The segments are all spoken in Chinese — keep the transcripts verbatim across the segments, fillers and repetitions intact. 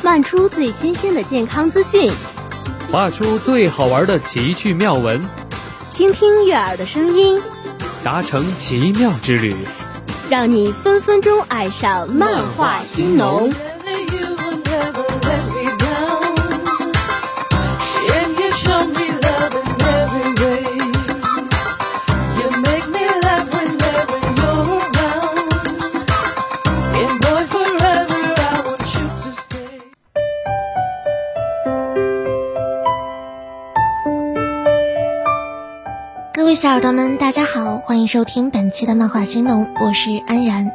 漫出最新鲜的健康资讯， 画出最好玩的奇趣妙文， 倾听悦耳的声音， 达成奇妙之旅， 让你分分钟爱上漫画新农。 各位小耳朵们，大家好，欢迎收听本期的漫画新农，我是安然。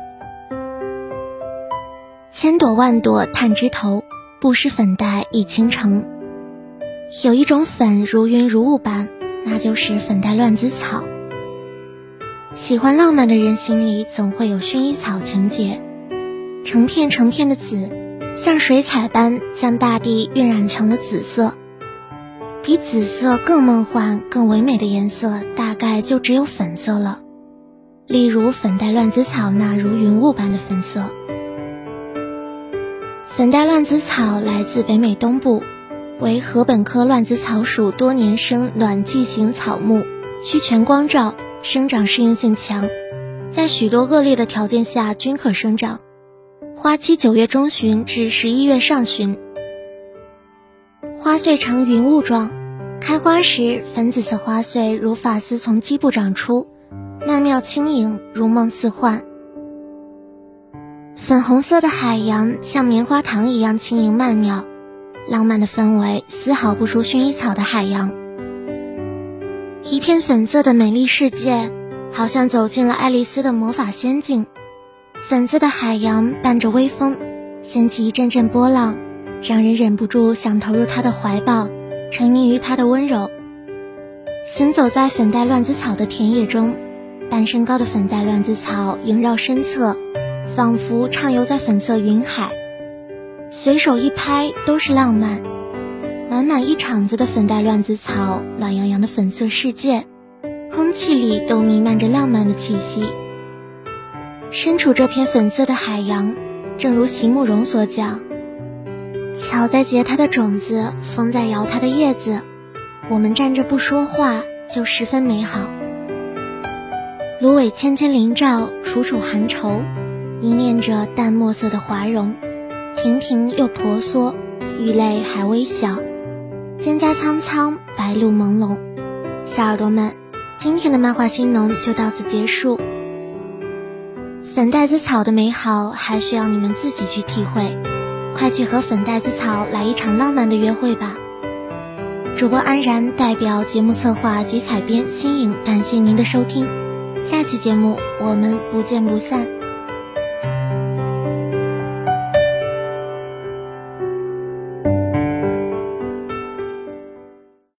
千朵万朵探枝头，不施粉黛已倾城。有一种粉如云如雾般，那就是粉黛乱子草。喜欢浪漫的人心里总会有薰衣草情节，成片成片的紫，像水彩般将大地晕染成了紫色。比紫色更梦幻更唯美的颜色大概就只有粉色了，例如粉黛乱子草那如云雾般的粉色。粉黛乱子草来自北美东部，为禾本科乱子草属多年生暖季型草木，需全光照，生长适应性强，在许多恶劣的条件下均可生长，花期九月中旬至十一月上旬，花穗呈云雾状，开花时粉紫色花穗如发丝从基部长出，曼妙轻盈，如梦似幻。粉红色的海洋像棉花糖一样轻盈曼妙，浪漫的氛围丝毫不输薰衣草的海洋。一片粉色的美丽世界，好像走进了爱丽丝的魔法仙境。粉色的海洋伴着微风，掀起一阵阵波浪，让人忍不住想投入她的怀抱，沉迷于她的温柔。行走在粉黛乱子草的田野中，半身高的粉黛乱子草萦绕身侧，仿佛畅游在粉色云海，随手一拍都是浪漫。满满一场子的粉黛乱子草，暖洋洋的粉色世界，空气里都弥漫着浪漫的气息。身处这片粉色的海洋，正如席慕容所讲，草在结它的种子，风在摇它的叶子，我们站着不说话，就十分美好。芦苇纤纤林照，楚楚含愁，凝练着淡墨色的华容，平平又婆娑，玉泪还微小，蒹葭苍苍，白露朦胧。小耳朵们，今天的漫画新农就到此结束。粉黛子草的美好还需要你们自己去体会，快去和粉黛子草来一场浪漫的约会吧。主播安然代表节目策划及采编新颖，感谢您的收听，下期节目我们不见不散。